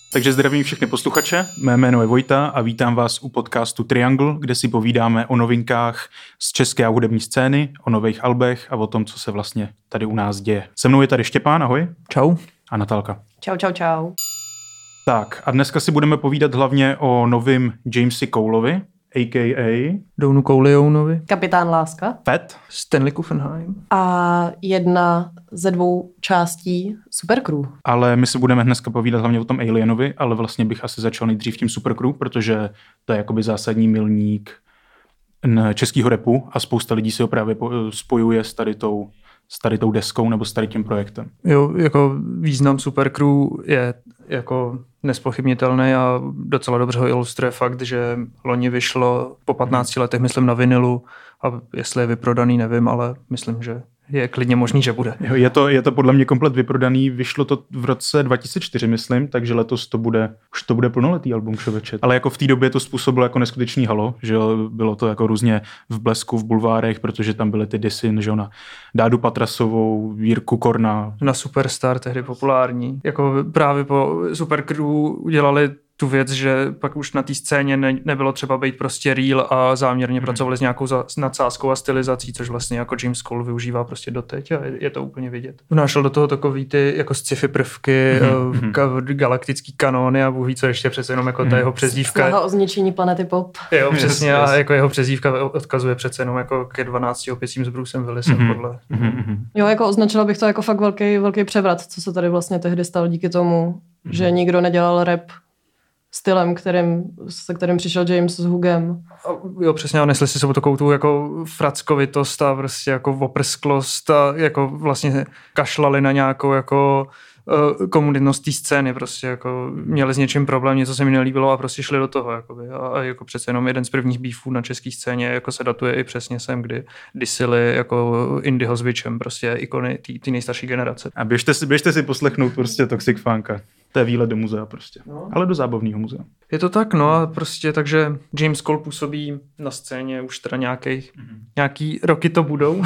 Takže zdravím všechny posluchače, mé jméno je Vojta a vítám vás u podcastu Triangle, kde si povídáme o novinkách z české a hudební scény, o nových albech a o tom, co se vlastně tady u nás děje. Se mnou je tady Štěpán, ahoj. Čau. A Natálka. Čau. Tak a dneska si budeme povídat hlavně o novým Jamesi Coulovi, a.k.a. Downu Coulionovi. Kapitán Láska. Pet. Stanley Kuffenheim. A jedna ze 2 částí Supercrew. Ale my si budeme dneska povídat hlavně o tom Alienovi, ale vlastně bych asi začal nejdřív tím Supercrew, protože to je jakoby zásadní milník českého rapu a spousta lidí si ho právě spojuje s tady tou deskou nebo s tady tím projektem. Jo, jako význam Supercrew je jako nespochybnitelný a docela dobře ho ilustruje fakt, že loni vyšlo po 15 letech, myslím, na vinilu a jestli je vyprodaný, nevím, ale myslím, že je klidně možný, že bude. Jo, je to podle mě komplet vyprodaný, vyšlo to v roce 2004, myslím, takže letos už to bude plnoletý album, člověče. Ale jako v té době to způsobilo jako neskutečný halo, že jo, bylo to jako různě v blesku, v bulvárech, protože tam byly ty disy, že jo, na Dádu Patrasovou, Jirku Korna. Na Superstar, tehdy populární. Jako právě po Supercrew udělali tu věc, že pak už na té scéně nebylo třeba být prostě real a záměrně pracovali s nějakou nadsázkou a stylizací, což vlastně jako James Coule využívá prostě doteď a je to úplně vidět. Vnášel do toho takový ty jako sci-fi prvky, galaktický kanóny a Bůh ví, co ještě přece jenom jako ta jeho přezdívka. Snaha o zničení planety pop. Jo, přesně, a jako jeho přezdívka odkazuje přece jenom jako ke 12 opěcím s Brucem Willisem podle. Jo, jako označila bych to jako fakt velký převrat, co se tady vlastně tehdy stalo díky tomu, že nikdo nedělal rap stylem, se kterým přišel James s Hugem. Jo, přesně, a nesli si sebou takovou tu jako frackovitost a prostě jako oprsklost a jako vlastně kašlali na nějakou jako komunitnost té scény, prostě jako měli s něčím problém, něco se mi nelíbilo a prostě šli do toho, jakoby. A jako přece jenom jeden z prvních beefů na české scéně jako se datuje i přesně sem, kdy disili jako Indyho s Witchem, prostě ikony té nejstarší generace. A běžte si poslechnout prostě Toxic Funka. To je výlet do muzea prostě, ale do zábavného muzea. Je to tak, no a prostě takže James Coule působí na scéně už teda nějaký roky to budou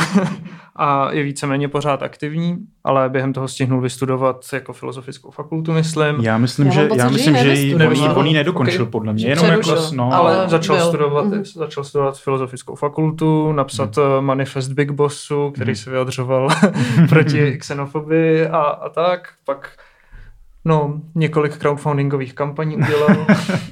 a je víceméně pořád aktivní, ale během toho stihnul vystudovat jako filozofickou fakultu, myslím. Já myslím, že on ji nedokončil podle mě. Jenom jako, ale začal studovat filozofickou fakultu, napsat manifest Big Bossu, který se vyjadřoval proti xenofobii a tak, pak několik crowdfundingových kampaní udělal.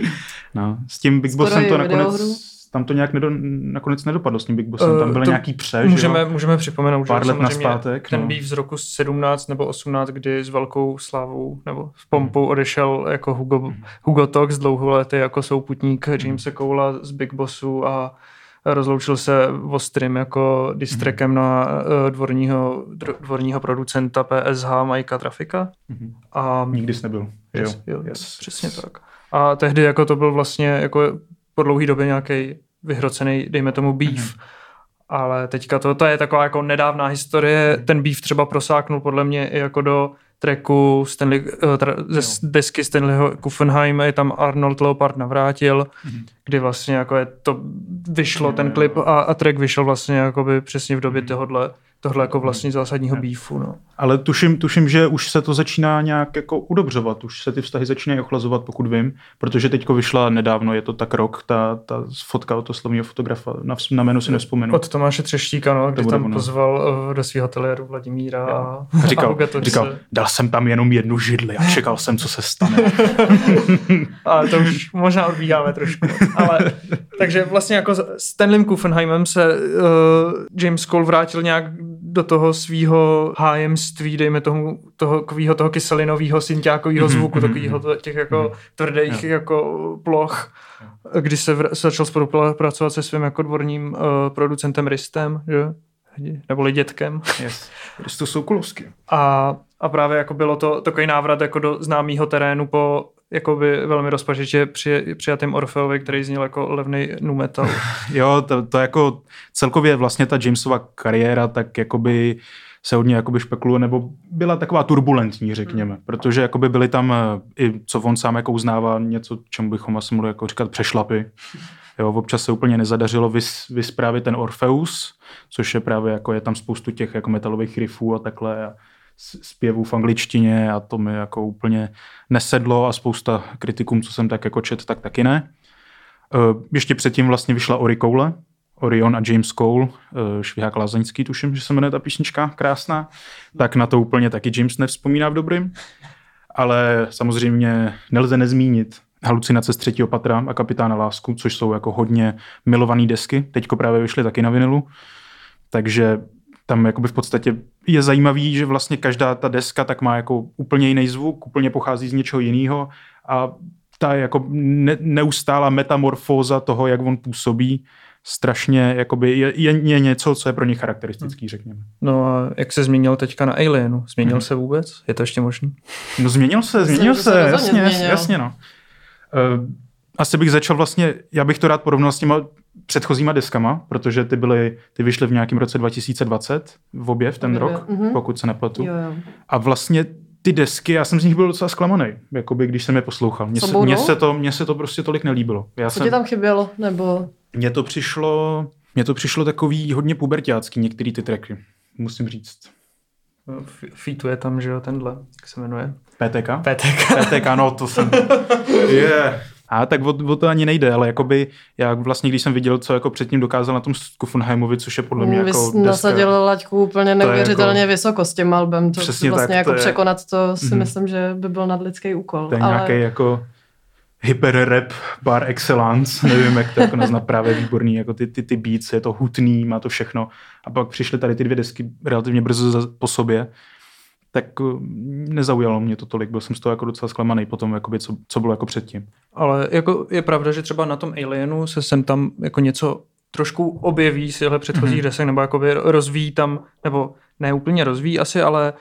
S tím Big Bossem to tam to nějak nakonec nedopadlo s tím Big Bossem, tam byly nějaký můžeme připomenout, pár let nazpátek. Ten beef z roku 17 nebo 18, kdy s velkou slávou nebo s pompou odešel jako Hugo Tox, dlouholetý jako souputník Jamese Coula z Big Bossu a rozloučil se ostrým jako distrackem na dvorního producenta PSH Mikea Trafika. A nikdy jsi nebyl. Yes. Přesně tak. A tehdy jako to byl vlastně jako po dlouhý době nějaký vyhrocený, dejme tomu beef. Ale teďka to je taková jako nedávná historie. Ten beef třeba prosáknul podle mě i jako do tracku ze desky Stanleyho Kuffenheima, je tam Arnold Leopard navrátil, kdy vlastně jako vyšlo ten klip a track vyšel vlastně jakoby přesně v době tohle jako vlastně zásadního beefu. No. Ale tuším, že už se to začíná nějak jako udobřovat, už se ty vztahy začínají ochlazovat, pokud vím, protože teďko vyšla nedávno, je to tak rok, ta fotka od toho slavného fotografa, na jméno si nevzpomenu. Od Tomáše Třeštíka, kdy tam pozval do svého ateliéru Vladimíra a říkal, dal jsem tam jenom jednu židli a čekal jsem, co se stane. Ale to už možná odbíháme trošku. Ale, takže vlastně jako s Stanleym Kuffenheimem se James Coule vrátil nějak do toho svýho hájemství, dejme tomu toho kyselinového synťákového zvuku, takového těch jako tvrdých jako ploch, kdy se začal spolupracovat se svým jako dvorním producentem Ristem, že? Neboli dětkem. Yes. Risto Soukulovský. A právě jako bylo to takový návrat jako do známého terénu po jakoby velmi rozpačitě přijatým Orfeovi, který zněl jako levný nu metal. Jo, to jako celkově vlastně ta Jamesova kariéra tak jakoby se hodně jakoby špekuluje, nebo byla taková turbulentní, řekněme, protože jakoby byly tam i, co on sám jako uznává, něco, čemu bychom asi mohli jako říkat přešlapy. Jo, občas se úplně nezadařilo vys právě ten Orpheus, což je právě jako je tam spoustu těch jako metalových riffů a takhle a zpěvů v angličtině a to mi jako úplně nesedlo a spousta kritikům, co jsem tak jako čet, tak taky ne. Ještě předtím vlastně vyšla Ori Cole, Orion a James Cole, švihák lázeňský, tuším, že se jmenuje ta písnička, krásná. Tak na to úplně taky James nevzpomíná v dobrým. Ale samozřejmě nelze nezmínit Halucinace z 3. patra a Kapitána lásku, což jsou jako hodně milované desky. Teďko právě vyšly taky na vinilu. Takže tam jakoby v podstatě je zajímavý, že vlastně každá ta deska tak má jako úplně jiný zvuk, úplně pochází z něčeho jiného a ta jako neustálá metamorfóza toho, jak on působí, strašně jakoby je něco, co je pro ně charakteristický, řekněme. No a jak se změnil teďka na Alienu? Změnil se vůbec? Je to ještě možný? No změnil se, jasně no. Asi bych začal vlastně, já bych to rád porovnal s těma předchozíma deskama, protože ty vyšly v nějakém roce 2020 v obě v ten rok, pokud se nepletu. Jo. A vlastně ty desky, já jsem z nich byl docela zklamaný, jakoby, když jsem je poslouchal. Mně se to prostě tolik nelíbilo. Co ti tam chybělo? Nebo... Mně to přišlo takový hodně puberťácký, některý ty tracky, musím říct. Featuje tam, že jo, tenhle, jak se jmenuje? PTK, no to jsem... A tak o to ani nejde, ale jakoby já vlastně, když jsem viděl, co jako předtím dokázal na tom Skuffenheimovi, což je podle mě jako deska. Nasadil laťku úplně neuvěřitelně jako, vysoko s tím albem. To vlastně tak, jako to překonat to si myslím, že by byl nadlidský úkol. To je nějaký jako hyper-rap par excellence, nevím, jak to jako naznat, právě výborný, jako ty beats, je to hutný, má to všechno. A pak přišly tady ty dvě desky relativně brzo po sobě, tak nezaujalo mě to tolik, byl jsem z toho jako docela zklamaný potom, jakoby, co bylo jako předtím. Ale jako je pravda, že třeba na tom Alienu se sem tam jako něco trošku objeví z těchto předchozích desek, nebo jakoby rozvíjí tam, nebo ne úplně rozvíjí asi, ale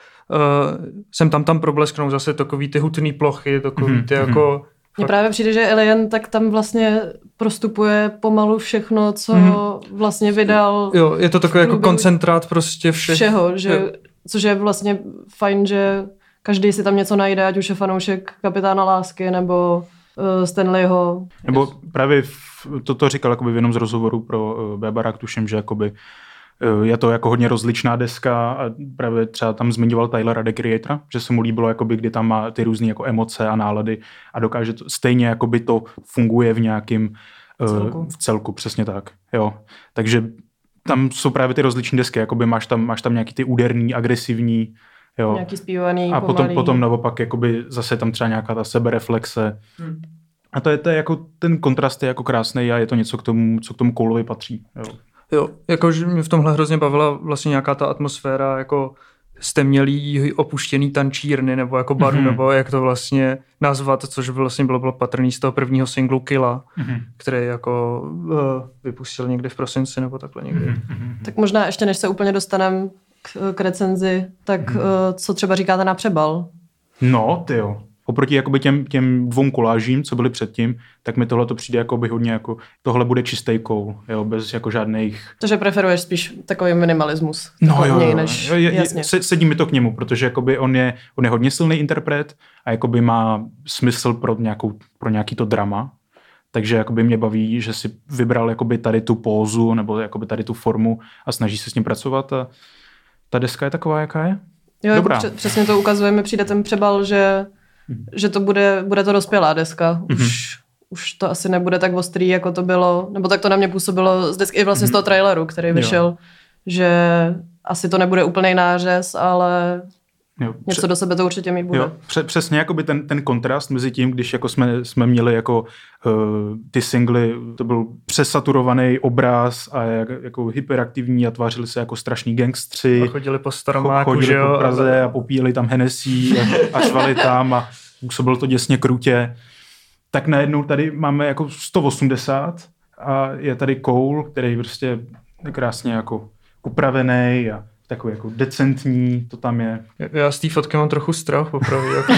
sem tam problesknou zase takový ty hutný plochy, takový ty jako... Mně právě přijde, že Alien tak tam vlastně prostupuje pomalu všechno, co vlastně vydal. Jo, je to takový jako koncentrát prostě všeho, že, což je vlastně fajn, že každý si tam něco najde, ať už je fanoušek Kapitána lásky nebo Stanleyho. Nebo právě to říkal jakoby v jednom z rozhovorů pro Bebarák, tuším, že jakoby je to jako hodně rozličná deska a právě třeba tam zmiňoval Tylera the Creatora, že se mu líbilo, jakoby, kdy tam má ty různé jako emoce a nálady a dokáže to, stejně jakoby to funguje v nějakým v celku, přesně tak. Jo. Takže tam jsou právě ty rozličné desky, jakoby máš tam nějaký ty úderný, agresivní, jo. Nějaký zpívaný, a potom naopak jakoby zase tam třeba nějaká ta sebereflexe. A to je jako ten kontrast je jako krásný a je to něco co k tomu Coleovi patří. Jo, jakože mě v tomhle hrozně bavila vlastně nějaká ta atmosféra, jako stemnělý opuštěný tančírny, nebo jako baru, nebo jak to vlastně nazvat, což vlastně bylo patrný z toho prvního singlu Killa, který jako vypustil někdy v prosinci, nebo takhle někdy. Tak možná ještě než se úplně dostaneme k recenzi, tak co třeba říkáte na přebal? No, tyjo. Oproti jakoby těm dvou kolážím, co byly předtím, tak mi tohle to přijde jakoby hodně jako, tohle bude čistý Cole, jo, bez jako žádných... Takže preferuješ spíš takový minimalismus. No jo, než, jasně. Sedí mi to k němu, protože jakoby on je hodně silný interpret a jakoby má smysl pro nějaký to drama. Takže jakoby mě baví, že si vybral jakoby tady tu pózu nebo jakoby tady tu formu a snaží se s tím pracovat a ta deska je taková, jaká je. Jo, dobrá. Přesně to ukazuje, mi přijde ten přebal, že to bude to dospělá deska. Už to asi nebude tak ostrý, jako to bylo, nebo tak to na mě působilo z desky, i vlastně z toho traileru, který vyšel, že asi to nebude úplnej nářez, ale něco do sebe to určitě mít bude. Jo, přesně jakoby ten kontrast mezi tím, když jako jsme měli jako ty singly, to byl přesaturovaný obraz a jako hyperaktivní a tvářili se jako strašní gangstři. A chodili po Staromáku, chodili po Praze a popíjeli tam Hennessy a švali tam a působilo to děsně krutě. Tak najednou tady máme jako 180 a je tady Cole, který prostě krásně jako upravený a takový jako decentní, to tam je. Já z té fotky mám trochu strach, popravdě. Jako,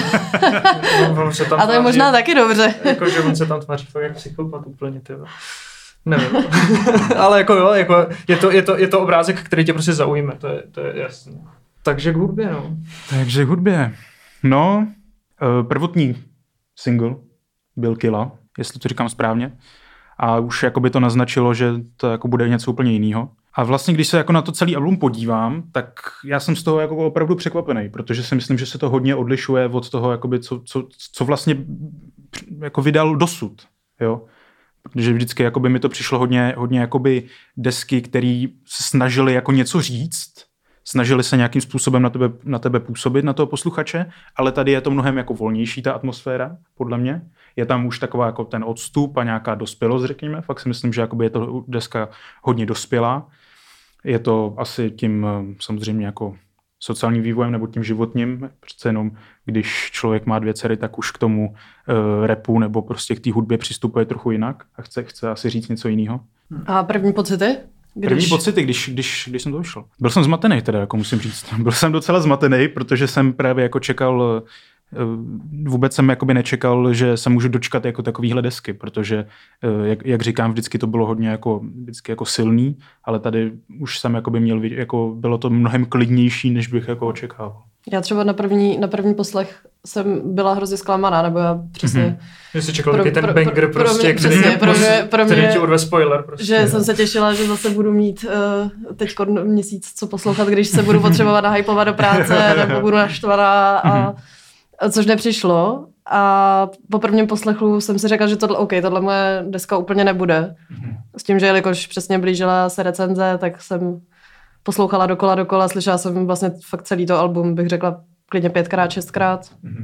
a to je možná taky dobře. Jako, že on se tam tváří fakt jak psychopat úplně, tyhle. Nevím. Ale jako jo, jako je to obrázek, který tě prostě zaujme, to je jasné. Takže k hudbě, no. Takže k hudbě. No, prvotní single byl Killa, jestli to říkám správně. A už jako by to naznačilo, že to jako bude něco úplně jiného. A vlastně, když se jako na to celý album podívám, tak já jsem z toho jako opravdu překvapený, protože si myslím, že se to hodně odlišuje od toho, jakoby, co vlastně jako vydal dosud. Jo? Protože vždycky jakoby, mi to přišlo hodně jakoby, desky, které se snažily jako něco říct, snažili se nějakým způsobem na tebe působit, na toho posluchače, ale tady je to mnohem jako volnější ta atmosféra, podle mě. Je tam už taková jako ten odstup a nějaká dospělost, řekněme. Fakt si myslím, že jakoby je to deska hodně dospělá. Je to asi tím samozřejmě jako sociálním vývojem nebo tím životním. Přece jenom, když člověk má 2 dcery, tak už k tomu rapu nebo prostě k té hudbě přistupuje trochu jinak a chce asi říct něco jiného. A první pocity? První pocity, když jsem to vyšel. Byl jsem zmatený teda, jako musím říct. Byl jsem docela zmatený, protože jsem právě jako čekal, vůbec jsem jakoby nečekal, že se můžu dočkat jako takovýhle desky, protože, jak říkám, vždycky to bylo hodně vždycky jako silný, ale tady už jsem jakoby měl, jako bylo to mnohem klidnější, než bych jako očekával. Já třeba na první poslech jsem byla hrozně zklamaná, nebo já přesně... Že jsi čekal taky ten banger prostě, který ti urve spoiler. Prostě. Že jsem se těšila, že zase budu mít teď měsíc co poslouchat, když se budu potřebovat nahypovat do práce, nebo budu naštvaná a což nepřišlo. A po prvním poslechu jsem si řekla, že tohle moje deska úplně nebude. S tím, že jelikož přesně blížila se recenze, tak jsem poslouchala dokola, slyšela jsem vlastně fakt celý to album, bych řekla klidně 5x, 6x.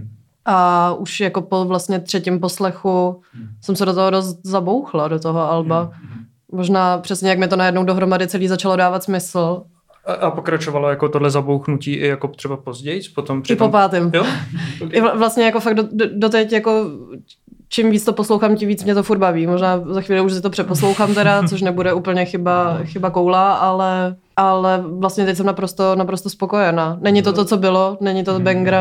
A už jako po vlastně 3. poslechu jsem se do toho dost zabouchla, do toho alba. Možná přesně, jak mi to najednou dohromady celý začalo dávat smysl. A pokračovalo jako tohle zabouchnutí i jako třeba později? I po 5. Jo? Okay. I vlastně jako fakt doteď jako čím víc to poslouchám, tím víc mě to furt baví. Možná za chvíli už si to přeposlouchám teda, což nebude úplně chyba koula, ale vlastně teď jsem naprosto spokojená. Není to, co bylo, není to banger,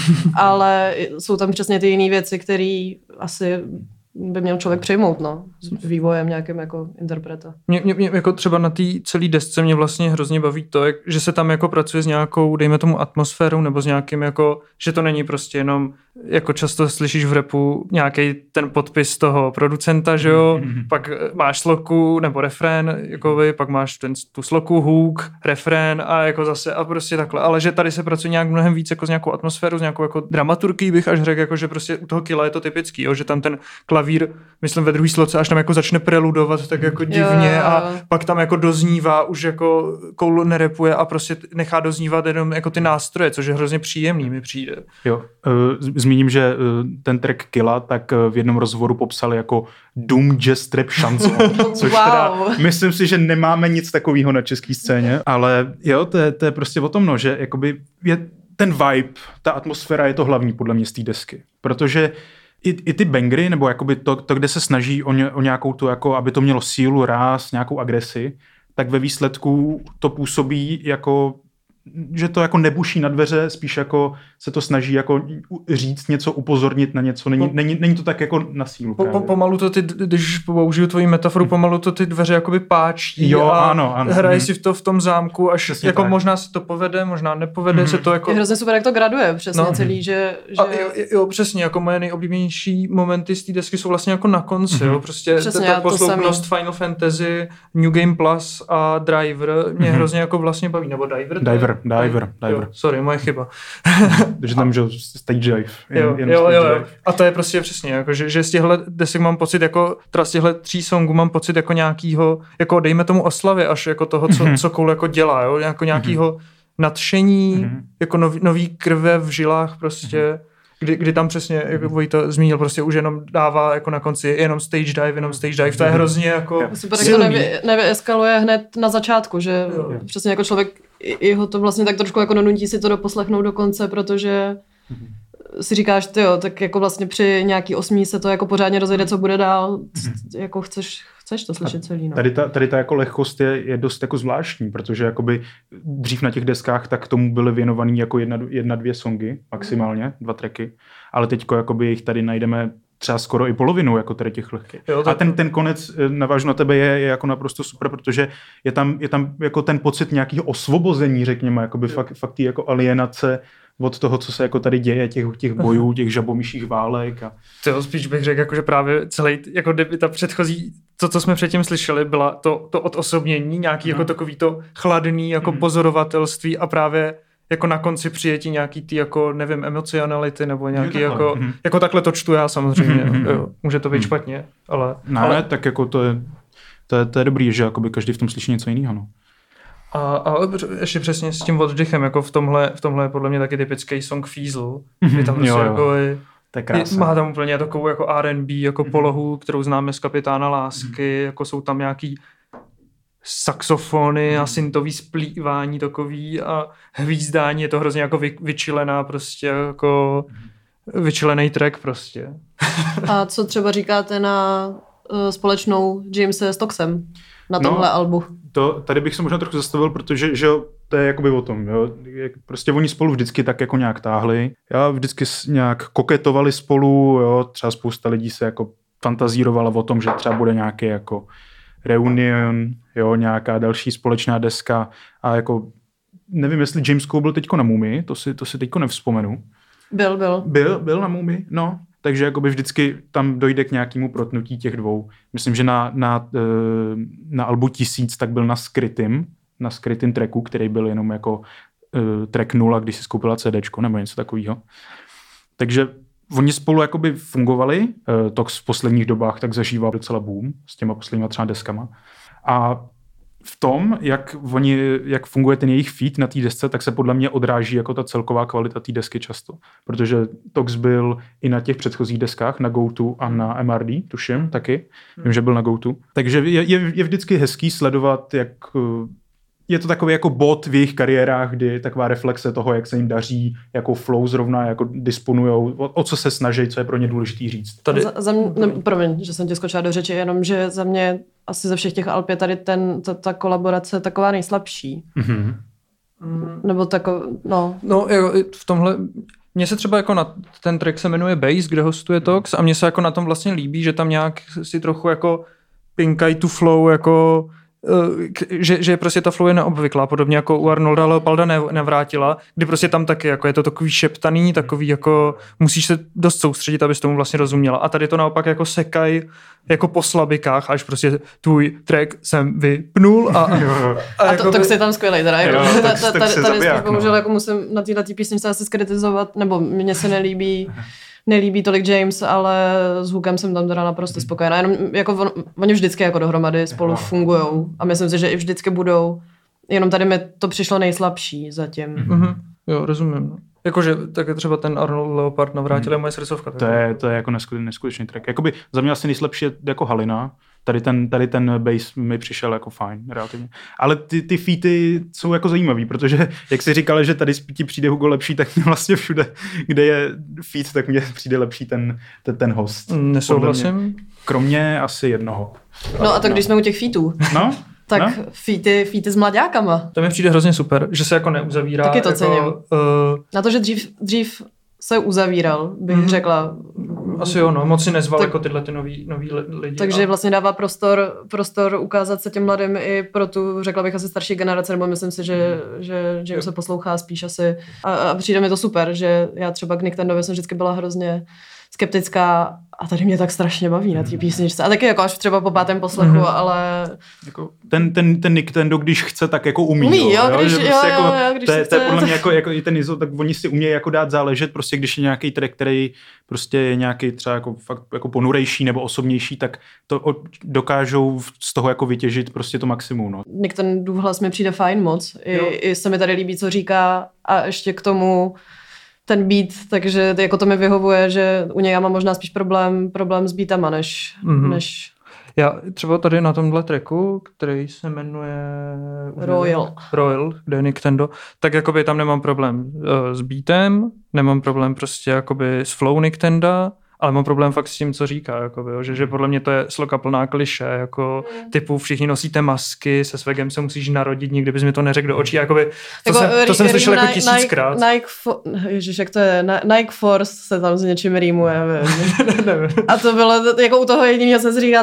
ale jsou tam přesně ty jiné věci, které asi by měl člověk přijmout, s vývojem nějakým jako interpreta. Mě jako třeba na té celé desce mě vlastně hrozně baví to, že se tam jako pracuje s nějakou, dejme tomu, atmosférou nebo s nějakým jako, že to není prostě jenom, jako často slyšíš v rapu nějaký ten podpis toho producenta, že jo, pak máš sloku nebo refrén, jakoby, pak máš tu sloku, hook, refrén a jako zase a prostě takhle, ale že tady se pracuje nějak mnohem víc jako s nějakou atmosférou, s nějakou jako dramaturgií bych až řekl, jako že prostě u toho Killa je to typický, jo, že tam ten klavír, myslím ve druhé sloce, až tam jako začne preludovat tak jako divně a pak tam jako doznívá, už jako Cole nerepuje a prostě nechá doznívat jenom jako ty nástroje, což je hrozně příjemný mi přijde. Jo, zmíním, že ten track Killa tak v jednom rozhovoru popsali jako doom jazz trap chanson, což teda myslím si, že nemáme nic takového na české scéně, ale jo, to je prostě o tom, že jakoby je ten vibe, ta atmosféra je to hlavní podle mě z té desky, protože i ty bangry, nebo jakoby to, kde se snaží o nějakou tu, jako aby to mělo sílu, ráz, nějakou agresi, tak ve výsledku to působí jako, že to jako nebuší na dveře, spíš jako se to snaží jako říct něco, upozornit na něco, není to tak jako na sílu. Pomalu to když použiju tvoji metaforu, pomalu to ty dveře jakoby páčí ano. Hraje si v tom zámku, až přesně jako tak. Možná se to povede, možná nepovede se to jako... Je hrozně super, jak to graduje přesně celý, že... Jo, přesně, jako moje nejoblíbenější momenty z té desky jsou vlastně jako na konci, jo, prostě ta posloupnost Final Fantasy, New Game Plus a Driver mě hrozně jako vlastně baví, nebo Diver. Jo, sorry, moje chyba. Takže tam, že stage dive. Jo. A to je prostě přesně, jako, že z těchto desek mám pocit, jako teda z těchto 3 songů mám pocit jako nějakýho, jako dejme tomu oslavy, až jako toho, co Cole jako dělá, jo? Jako nějakýho nadšení, jako nový krve v žilách prostě, kdy tam přesně, jako Vojta zmínil, prostě už jenom dává jako na konci jenom stage dive, to je hrozně jako super, silný. Jak to nevyeskaluje hned na začátku, že přesně jako člověk jeho to vlastně tak trošku jako donutí si to doposlechnout do konce, protože si říkáš, tak jako vlastně při nějaký 8 se to jako pořádně rozjede, co bude dál, jako chceš to slyšet celý. No. Tady ta jako lehkost je dost jako zvláštní, protože jakoby dřív na těch deskách tak tomu byly věnovaný jako 1-2 songy, maximálně 2 tracky, ale teďko jakoby jich tady najdeme třeba skoro i polovinu jako tady těch lehkých. A ten konec, navážu na tebe, je jako naprosto super, protože je tam jako ten pocit nějakého osvobození, řekněme, jakoby fakt jako alienace od toho, co se jako tady děje, těch bojů, těch žabomyších válek. A... To spíš bych řekl, jako, že právě celý, jako kdyby ta předchozí, to, co jsme předtím slyšeli, byla to odosobnění, nějaký jako takový to chladný jako pozorovatelství a právě jako na konci přijetí nějaký ty jako, nevím, emocionality nebo nějaký jako takhle to čtu já samozřejmě. Jo, může to být špatně, ale... Ne, tak jako to je dobrý, že jakoby každý v tom slyší něco jiného, no. A ještě přesně s tím oddechem, jako v tomhle je podle mě taky typický song Feasel, kdy tam prostě jako má tam úplně takovou jako R&B jako polohu, kterou známe z Kapitána lásky, jako jsou tam nějaký saxofony a syntový splývání takový a hvízdání, je to hrozně jako vyčilená prostě jako vyčilený track prostě. A co třeba říkáte na společnou Jamese s Toxem na tomhle albu? Tady bych se možná trochu zastavil, protože že to je jakoby o tom. Jo. Prostě oni spolu vždycky tak jako nějak táhli. Já vždycky nějak koketovali spolu, jo. Třeba spousta lidí se jako fantazírovala o tom, že třeba bude nějaký jako reunion, jo, nějaká další společná deska a jako nevím, jestli James Cole byl teďko na Mumii, to si teďko nevzpomenu. Byl na Mumii, no. Takže jakoby vždycky tam dojde k nějakému protnutí těch dvou. Myslím, že na albu 1000 tak byl na skrytým tracku, který byl jenom jako track 0, když si skoupila CDčko nebo něco takového. Takže oni spolu jakoby fungovali, Tox v posledních dobách tak zažíval docela boom s těma posledníma třeba deskama. A v tom, jak funguje ten jejich feat na té desce, tak se podle mě odráží jako ta celková kvalita té desky často. Protože Tox byl i na těch předchozích deskách, na Go-To a na MRD, tuším taky. Vím, že byl na Go-To. Takže je vždycky hezký sledovat, jak je to takový jako bod v jejich kariérách, kdy taková reflexe toho, jak se jim daří, jakou flow zrovna jako disponujou, o co se snaží, co je pro ně důležitý říct. Tady... Promiň, že jsem tě skočila do řeči, jenom že za mě asi ze všech těch alb je tady ta kolaborace taková nejslabší. Mm-hmm. Nebo no. No, v tomhle... Mně se třeba jako na ten track se jmenuje Bass, kde hostuje Tox a mně se jako na tom vlastně líbí, že tam nějak si trochu jako pinkají tu flow jako... Že prostě ta flow je neobvyklá, podobně jako u Arnolda Leopolda Navrátila, kdy prostě tam taky jako je to takový šeptaný, takový jako musíš se dost soustředit, abys tomu vlastně rozuměla. A tady to naopak jako sekaj jako po slabikách, až prostě tvůj track jsem vypnul a to je tam skvělej teda. Tady bohužel jako musím na této písničce asi skritizovat, nebo mně se nelíbí tolik James, ale s hookem jsem tam teda naprosto spokojená. Jenom jako oni vždycky jako dohromady spolu fungujou a myslím si, že i vždycky budou. Jenom tady mi to přišlo nejslabší zatím. Mm-hmm. Jo, rozumím. No. Jakože tak třeba ten Arnold Leopard Navrátil je moje srdcovka. To je jako neskutečný track. Jakoby za mě asi nejslabší je jako Halina. Tady ten bass mi přišel jako fajn, relativně. Ale ty featy jsou jako zajímavý, protože jak jsi říkal, že tady ti přijde Hugo lepší, tak mě vlastně všude, kde je feat, tak mně přijde lepší ten host. Nesouhlasím. Kromě asi jednoho. No a tak když jsme u těch featů. No? Tak no? Featy s mlaďákama. To mi přijde hrozně super, že se jako neuzavírá. Taky to jako, cením. Na to, že dřív se uzavíral, bych řekla. Asi jo, no, moc si nezval jako tyhle ty nový lidi. Takže vlastně dává prostor ukázat se těm mladým i pro tu, řekla bych, asi starší generace, nebo myslím si, že James se poslouchá spíš asi. A přijde mi to super, že já třeba k Nickendovi jsem vždycky byla hrozně skeptická a tady mě tak strašně baví na té písničce. A taky jako až třeba po 5. poslechu, ale... Jako ten Nickendo, když chce, tak jako umí. Jo, když to je podle mě jako i ten Izzo, tak oni si umějí jako dát záležet, prostě když je nějaký track, který prostě je nějaký třeba jako fakt jako ponurejší nebo osobnější, tak to dokážou z toho jako vytěžit prostě to maximum. No. Nickendův hlas mi přijde fajn moc. I se mi tady líbí, co říká a ještě k tomu ten beat, takže jako to mi vyhovuje, že u něj já mám možná spíš problém s beatama, než... Já třeba tady na tomhle tracku, který se jmenuje... Royal, kde je Nicktendo, tak jakoby tam nemám problém s beatem, nemám problém prostě jakoby s flow Nicktenda ale mám problém fakt s tím, co říká, jakoby, jo, že podle mě to je sloka plná klišé, jako typu všichni nosíte masky, se svegem se musíš narodit, nikdy bys mi to neřekl do očí, jakoby, to jsem slyšel jako 1000krát. Ježiš, jak to je, Nike Force se tam s něčím rýmuje, a to bylo, jako u toho jediného jsem si říkal,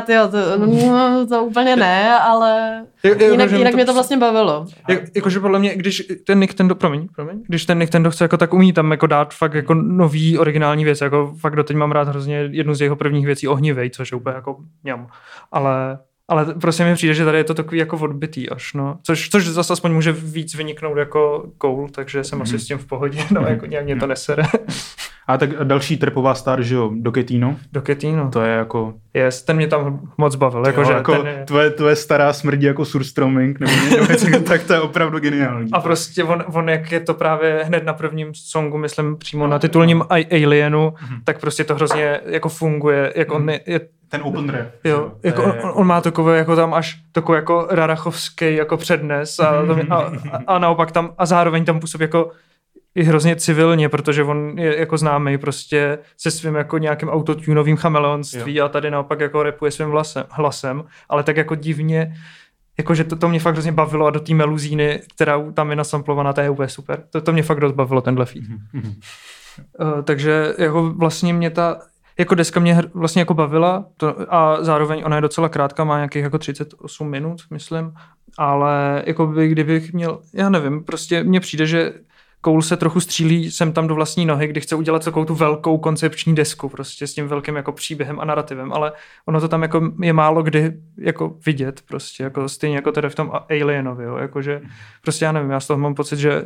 to úplně ne, ale jinak mě to vlastně bavilo. Jakože podle mě, když ten Nintendo, když ten Nintendo chce, jako tak umí tam jako dát fakt jako nový originální věc, jako fakt doteď mám rád hrozně jednu z jeho prvních věcí Ohnivej, což je úplně jako ňam. Ale prostě mi přijde, že tady je to takový jako odbitý až, no. Což zase aspoň může víc vyniknout jako Cole, takže jsem asi s tím v pohodě, no, jako nějak mě to nesere. A tak další tripová star, že jo, Docchettino. To je jako... Ten mě tam moc bavil. Tvoje stará smrdí jako surstroming, nebo tak to je opravdu geniální. A prostě on, jak je to právě hned na prvním songu, myslím přímo na titulním Alienu, tak prostě to hrozně jako funguje, jak on je... Ten open rap. Jo, jako on má takové jako tam až takový jako rarachovský jako přednes a naopak tam a zároveň tam působí jako i hrozně civilně, protože on je jako známý prostě se svým jako nějakým autotunovým chameleonství a tady naopak jako rapuje svým hlasem, ale tak jako divně, jakože to mě fakt hrozně bavilo a do té meluzíny, která tam je nasamplovaná, to je úplně super. To mě fakt dost bavilo, ten feed. Takže jako vlastně mě ta jako deska mě vlastně jako bavila a zároveň ona je docela krátká, má nějakých jako 38 minut, myslím, ale jako kdybych měl, já nevím, prostě mně přijde, že Cole se trochu střílí sem tam do vlastní nohy, kdy chce udělat takovou tu velkou koncepční desku prostě s tím velkým jako příběhem a narrativem, ale ono to tam jako je málo kdy jako vidět prostě, jako stejně jako tady v tom Alienovi, jo, jakože prostě já nevím, já z toho mám pocit, že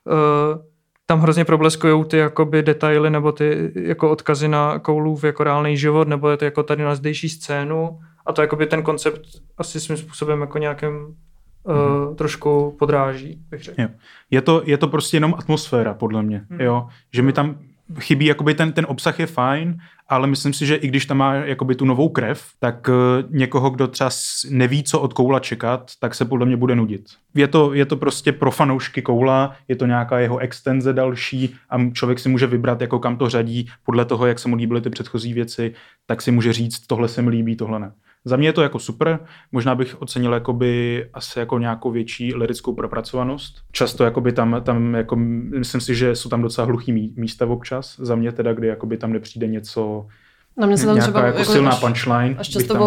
tam hrozně probleskujou ty jakoby detaily nebo ty jako odkazy na Coleův jako reálný život, nebo je to jako tady na zdejší scénu a to jakoby ten koncept asi svým způsobem jako nějakým trošku podráží, bych řekl. Je to prostě jenom atmosféra, podle mě, jo, že mi tam chybí, jakoby ten obsah je fajn, ale myslím si, že i když tam má jakoby tu novou krev, tak někoho, kdo třeba neví, co od Coula čekat, tak se podle mě bude nudit. Je to prostě pro fanoušky Coula, je to nějaká jeho extenze další a člověk si může vybrat, jako kam to řadí, podle toho, jak se mu líbily ty předchozí věci, tak si může říct, tohle se mi líbí, tohle ne. Za mě je to jako super, možná bych ocenil jakoby asi jako nějakou větší lyrickou propracovanost. Často jakoby tam jako, myslím si, že jsou tam docela hluchý místa občas, za mě teda, kdy jakoby tam nepřijde něco, na mě se tam nějaká třeba jako silná punchline. Až často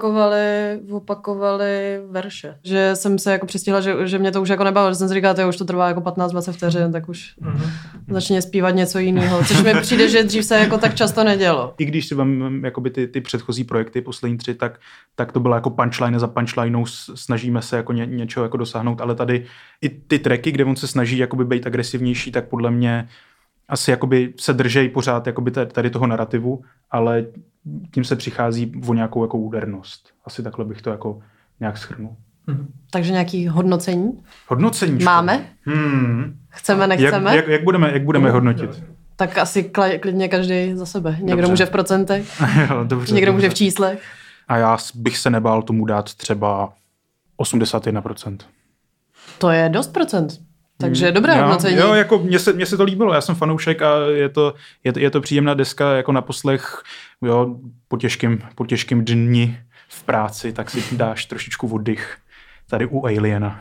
opakovali verše. Že jsem se jako přistihla, že mě to už jako nebavilo, že jsem si říkala, že už to trvá jako 15-20 vteřin, tak už začne zpívat něco jiného, což mi přijde, že dřív se jako tak často nedělo. I když si vám jakoby ty předchozí projekty, poslední 3, tak to byla jako punchline za punchlineou, snažíme se jako něčeho jako dosáhnout, ale tady i ty tracky, kde on se snaží jakoby být agresivnější, tak podle mě asi jakoby se držej pořád jakoby tady toho narrativu, ale tím se přichází o nějakou jako údernost. Asi takhle bych to jako nějak shrnul. Takže nějaký hodnocení? Hodnocení. Máme? Chceme, nechceme? Jak budeme hodnotit? Tak asi klidně každý za sebe. Někdo Dobře. může v procentech, Jo, dobře, někdo může v číslech. A já bych se nebál tomu dát třeba 81%. To je dost procent. Takže dobré hodnocení. Jo, jako mně se to líbilo, já jsem fanoušek a je to příjemná deska jako na poslech, jo, po těžkým dni v práci, tak si dáš trošičku oddych tady u Aliena.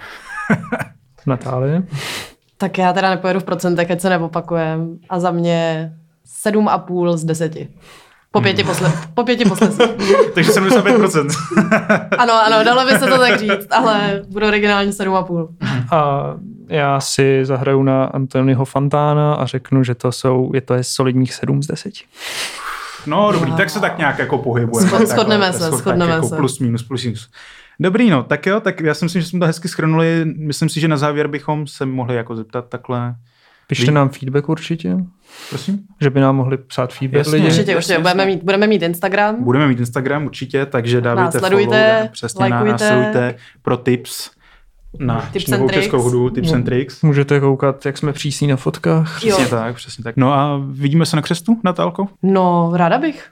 Natálie? Tak já teda nepojedu v procentech, ať se neopakujem. A za mě 7,5 z 10. Po pěti poslesích. Takže 75%. Ano, dalo by se to tak říct, ale budu originálně 7,5. A já si zahraju na Anthonyho Fantána a řeknu, že to je solidních 7 z 10. No dobrý, tak se tak nějak jako pohybujeme. Shodneme se. Jako plus minus. Dobrý, no, tak jo, tak já si myslím, že jsme to hezky shrnuli. Myslím si, že na závěr bychom se mohli jako zeptat takhle. Pište nám feedback určitě. Prosím? Že by nám mohli psát feedback lidi. Určitě. Budeme mít Instagram. Budeme mít Instagram určitě, takže dávejte sledujte, follow, přesně následujte pro tips na novou českou hudbu, tips and tricks. Můžete koukat, jak jsme přísní na fotkách. Přesně tak. No a vidíme se na křestu, Natálko? No, ráda bych.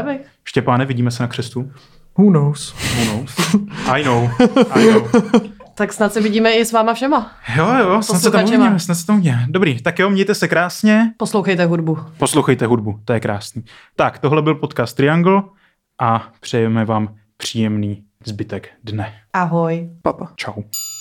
Štěpáne, vidíme se na křestu? Who knows? I know. Tak snad se vidíme i s váma všema. Jo, snad se tam uvidíme. Dobrý, tak jo, mějte se krásně. Poslouchejte hudbu, to je krásný. Tak, tohle byl podcast Triangle a přejeme vám příjemný zbytek dne. Ahoj. Papa. Čau.